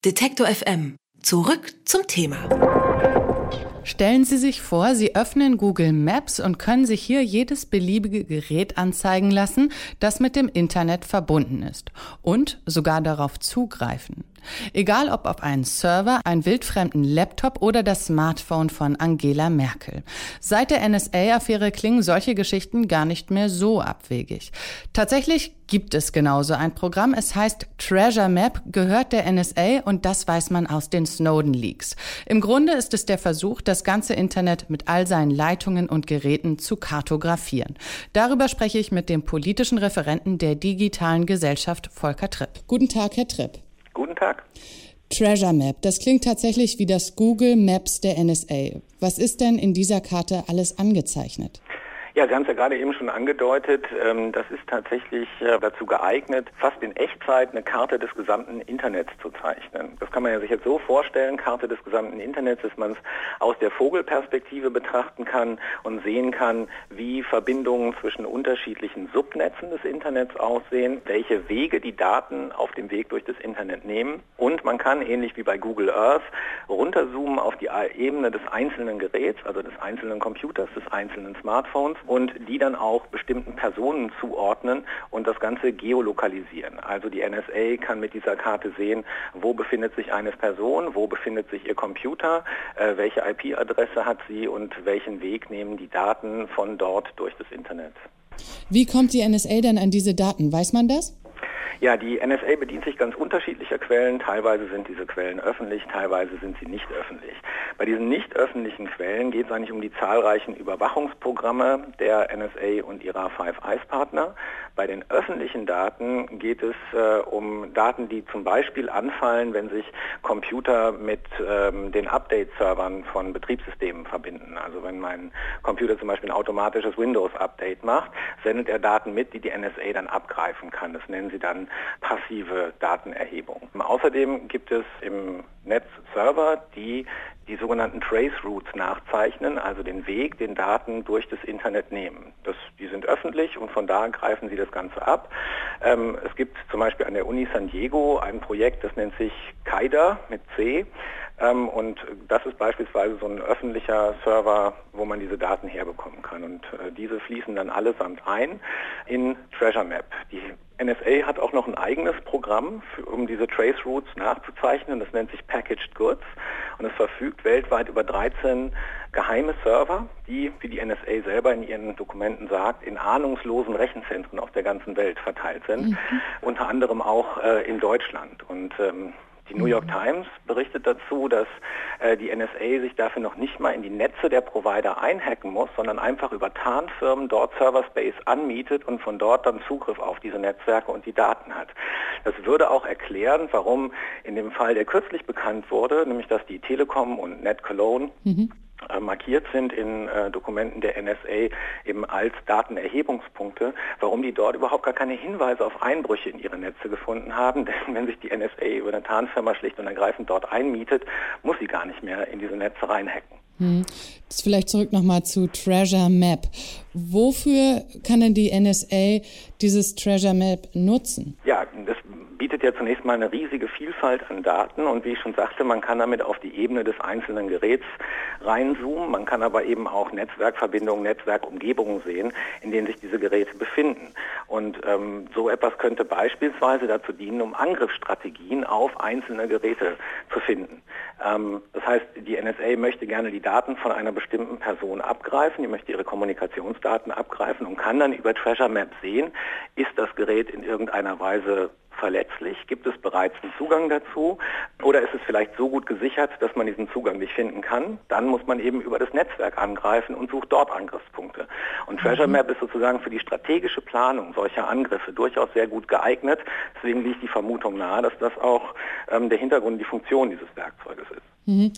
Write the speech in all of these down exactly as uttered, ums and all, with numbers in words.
Detektor F M. Zurück zum Thema. Stellen Sie sich vor, Sie öffnen Google Maps und können sich hier jedes beliebige Gerät anzeigen lassen, das mit dem Internet verbunden ist und sogar darauf zugreifen. Egal ob auf einen Server, einen wildfremden Laptop oder das Smartphone von Angela Merkel. Seit der N S A-Affäre klingen solche Geschichten gar nicht mehr so abwegig. Tatsächlich gibt es genauso ein Programm. Es heißt Treasure Map, gehört der N S A und das weiß man aus den Snowden-Leaks. Im Grunde ist es der Versuch, das ganze Internet mit all seinen Leitungen und Geräten zu kartografieren. Darüber spreche ich mit dem politischen Referenten der digitalen Gesellschaft, Volker Tripp. Guten Tag, Herr Tripp. Guten Tag. Treasure Map, das klingt tatsächlich wie das Google Maps der N S A. Was ist denn in dieser Karte alles angezeichnet? Ja, Sie haben es ja gerade eben schon angedeutet, das ist tatsächlich dazu geeignet, fast in Echtzeit eine Karte des gesamten Internets zu zeichnen. Das kann man ja sich jetzt so vorstellen, Karte des gesamten Internets, dass man es aus der Vogelperspektive betrachten kann und sehen kann, wie Verbindungen zwischen unterschiedlichen Subnetzen des Internets aussehen, welche Wege die Daten auf dem Weg durch das Internet nehmen. Und man kann, ähnlich wie bei Google Earth, runterzoomen auf die Ebene des einzelnen Geräts, also des einzelnen Computers, des einzelnen Smartphones, und die dann auch bestimmten Personen zuordnen und das Ganze geolokalisieren. Also die N S A kann mit dieser Karte sehen, wo befindet sich eine Person, wo befindet sich ihr Computer, äh, welche I P-Adresse hat sie und welchen Weg nehmen die Daten von dort durch das Internet. Wie kommt die N S A denn an diese Daten? Weiß man das? Ja, die N S A bedient sich ganz unterschiedlicher Quellen. Teilweise sind diese Quellen öffentlich, teilweise sind sie nicht öffentlich. Bei diesen nicht öffentlichen Quellen geht es eigentlich um die zahlreichen Überwachungsprogramme der N S A und ihrer Five Eyes Partner. Bei den öffentlichen Daten geht es äh, um Daten, die zum Beispiel anfallen, wenn sich Computer mit ähm, den Update-Servern von Betriebssystemen verbinden. Also wenn mein Computer zum Beispiel ein automatisches Windows-Update macht, sendet er Daten mit, die die N S A dann abgreifen kann. Das nennen sie dann passive Datenerhebung. Außerdem gibt es im Netz Server, die die sogenannten Trace Routes nachzeichnen, also den Weg, den Daten durch das Internet nehmen. Das, die sind öffentlich und von da greifen sie das Ganze ab. Ähm, es gibt zum Beispiel an der Uni San Diego ein Projekt, das nennt sich CAIDA mit C. Ähm, und das ist beispielsweise so ein öffentlicher Server, wo man diese Daten herbekommen kann. Und äh, diese fließen dann allesamt ein in Treasure Map. Die N S A hat auch noch ein eigenes Programm, für, um diese Trace Routes nachzuzeichnen. Das nennt sich Packaged Goods und es verfügt weltweit über dreizehn geheime Server, die, wie die N S A selber in ihren Dokumenten sagt, in ahnungslosen Rechenzentren auf der ganzen Welt verteilt sind, mhm. unter anderem auch äh, in Deutschland. Und ähm, die New York Times berichtet dazu, dass äh, die N S A sich dafür noch nicht mal in die Netze der Provider einhacken muss, sondern einfach über Tarnfirmen dort Serverspace anmietet und von dort dann Zugriff auf diese Netzwerke und die Daten hat. Das würde auch erklären, warum in dem Fall, der kürzlich bekannt wurde, nämlich dass die Telekom und NetCologne mhm. markiert sind in äh, Dokumenten der N S A eben als Datenerhebungspunkte, warum die dort überhaupt gar keine Hinweise auf Einbrüche in ihre Netze gefunden haben. Denn wenn sich die N S A über eine Tarnfirma schlicht und ergreifend dort einmietet, muss sie gar nicht mehr in diese Netze reinhacken. Hm. Jetzt vielleicht zurück nochmal zu Treasure Map. Wofür kann denn die N S A dieses Treasure Map nutzen? Ja, das bietet ja zunächst mal eine riesige Vielfalt an Daten und wie ich schon sagte, man kann damit auf die Ebene des einzelnen Geräts reinzoomen. Man kann aber eben auch Netzwerkverbindungen, Netzwerkumgebungen sehen, in denen sich diese Geräte befinden. Und ähm, so etwas könnte beispielsweise dazu dienen, um Angriffsstrategien auf einzelne Geräte zu finden. Ähm, das heißt, die N S A möchte gerne die Daten von einer bestimmten Person abgreifen, die möchte ihre Kommunikationsdaten abgreifen und kann dann über Treasure Map sehen, ist das Gerät in irgendeiner Weise verletzlich? Gibt es bereits einen Zugang dazu? Oder ist es vielleicht so gut gesichert, dass man diesen Zugang nicht finden kann? Dann muss man eben über das Netzwerk angreifen und sucht dort Angriffspunkte. Und Treasure Map ist sozusagen für die strategische Planung solcher Angriffe durchaus sehr gut geeignet. Deswegen liegt die Vermutung nahe, dass das auch ähm, der Hintergrund, die Funktion dieses Werkzeuges ist. Mhm.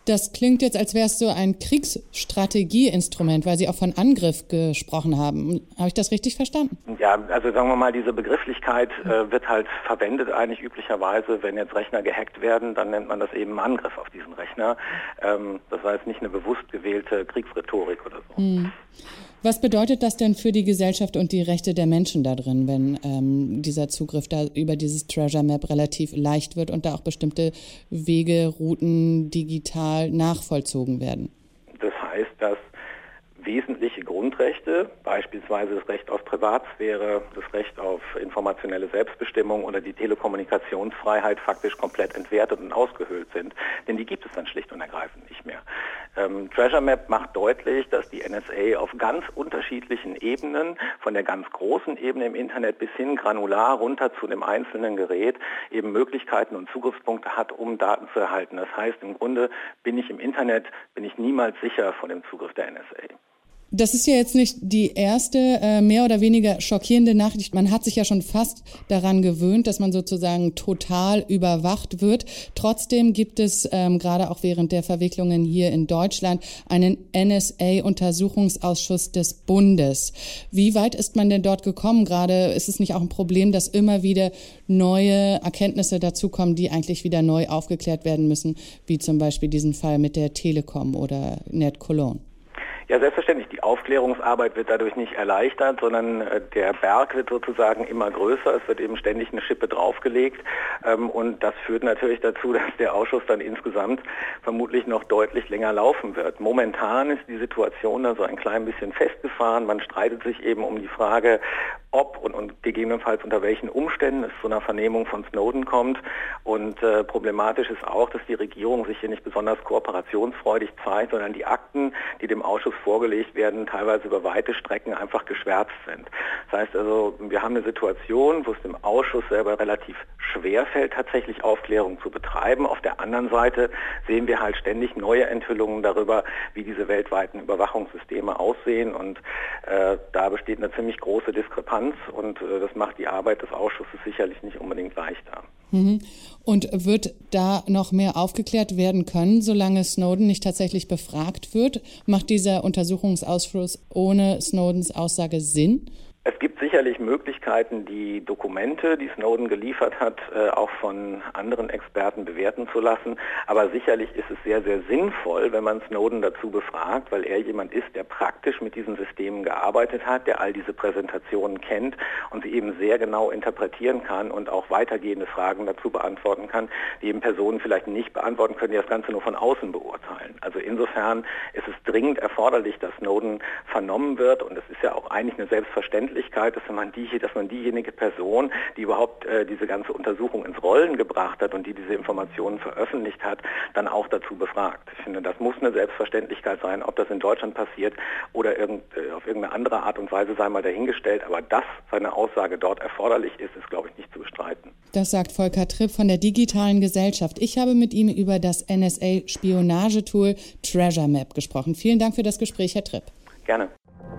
Das klingt jetzt, als wäre es so ein Kriegsstrategieinstrument, weil Sie auch von Angriff gesprochen haben. Habe ich das richtig verstanden? Ja, also sagen wir mal, diese Begrifflichkeit äh, wird halt verwendet eigentlich üblicherweise, wenn jetzt Rechner gehackt werden, dann nennt man das eben Angriff auf diesen Rechner. Ähm, das war jetzt nicht eine bewusst gewählte Kriegsrhetorik oder so. Hm. Was bedeutet das denn für die Gesellschaft und die Rechte der Menschen da drin, wenn ähm, dieser Zugriff da über dieses Treasure Map relativ leicht wird und da auch bestimmte Wege, Routen digital nachvollzogen werden? Das heißt, dass wesentliche Grundrechte, beispielsweise das Recht auf Privatsphäre, das Recht auf informationelle Selbstbestimmung oder die Telekommunikationsfreiheit faktisch komplett entwertet und ausgehöhlt sind. Denn die gibt es dann schlicht und ergreifend nicht mehr. Ähm, Treasure Map macht deutlich, dass die N S A auf ganz unterschiedlichen Ebenen, von der ganz großen Ebene im Internet bis hin granular runter zu dem einzelnen Gerät, eben Möglichkeiten und Zugriffspunkte hat, um Daten zu erhalten. Das heißt, im Grunde bin ich im Internet, bin ich niemals sicher vor dem Zugriff der N S A. Das ist ja jetzt nicht die erste äh, mehr oder weniger schockierende Nachricht. Man hat sich ja schon fast daran gewöhnt, dass man sozusagen total überwacht wird. Trotzdem gibt es ähm, gerade auch während der Verwicklungen hier in Deutschland einen N S A-Untersuchungsausschuss des Bundes. Wie weit ist man denn dort gekommen? Gerade ist es nicht auch ein Problem, dass immer wieder neue Erkenntnisse dazukommen, die eigentlich wieder neu aufgeklärt werden müssen, wie zum Beispiel diesen Fall mit der Telekom oder NetCologne? Ja, selbstverständlich. Die Aufklärungsarbeit wird dadurch nicht erleichtert, sondern äh, der Berg wird sozusagen immer größer. Es wird eben ständig eine Schippe draufgelegt. Ähm, und das führt natürlich dazu, dass der Ausschuss dann insgesamt vermutlich noch deutlich länger laufen wird. Momentan ist die Situation da so ein klein bisschen festgefahren. Man streitet sich eben um die Frage, ob und, und gegebenenfalls unter welchen Umständen es zu einer Vernehmung von Snowden kommt. Und äh, problematisch ist auch, dass die Regierung sich hier nicht besonders kooperationsfreudig zeigt, sondern die Akten, die dem Ausschuss vorgelegt werden, teilweise über weite Strecken einfach geschwärzt sind. Das heißt also, wir haben eine Situation, wo es dem Ausschuss selber relativ schwer fällt, tatsächlich Aufklärung zu betreiben. Auf der anderen Seite sehen wir halt ständig neue Enthüllungen darüber, wie diese weltweiten Überwachungssysteme aussehen. Und äh, da besteht eine ziemlich große Diskrepanz und äh, das macht die Arbeit des Ausschusses sicherlich nicht unbedingt leichter. Mhm. Und wird da noch mehr aufgeklärt werden können, solange Snowden nicht tatsächlich befragt wird? Macht dieser Untersuchungsausschuss ohne Snowdens Aussage Sinn? Es gibt sicherlich Möglichkeiten, die Dokumente, die Snowden geliefert hat, auch von anderen Experten bewerten zu lassen. Aber sicherlich ist es sehr, sehr sinnvoll, wenn man Snowden dazu befragt, weil er jemand ist, der praktisch mit diesen Systemen gearbeitet hat, der all diese Präsentationen kennt und sie eben sehr genau interpretieren kann und auch weitergehende Fragen dazu beantworten kann, die eben Personen vielleicht nicht beantworten können, die das Ganze nur von außen beurteilen. Also insofern ist es dringend erforderlich, dass Snowden vernommen wird und es ist ja auch eigentlich eine Selbstverständlichkeit, dass man, die, dass man diejenige Person, die überhaupt äh, diese ganze Untersuchung ins Rollen gebracht hat und die diese Informationen veröffentlicht hat, dann auch dazu befragt. Ich finde, das muss eine Selbstverständlichkeit sein, ob das in Deutschland passiert oder irgend, äh, auf irgendeine andere Art und Weise sei mal dahingestellt. Aber dass seine Aussage dort erforderlich ist, ist, glaube ich, nicht zu bestreiten. Das sagt Volker Tripp von der Digitalen Gesellschaft. Ich habe mit ihm über das N S A-Spionagetool Treasure Map gesprochen. Vielen Dank für das Gespräch, Herr Tripp. Gerne.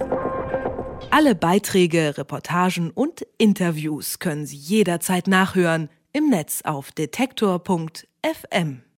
Alle Beiträge, Reportagen und Interviews können Sie jederzeit nachhören im Netz auf detektor punkt f m.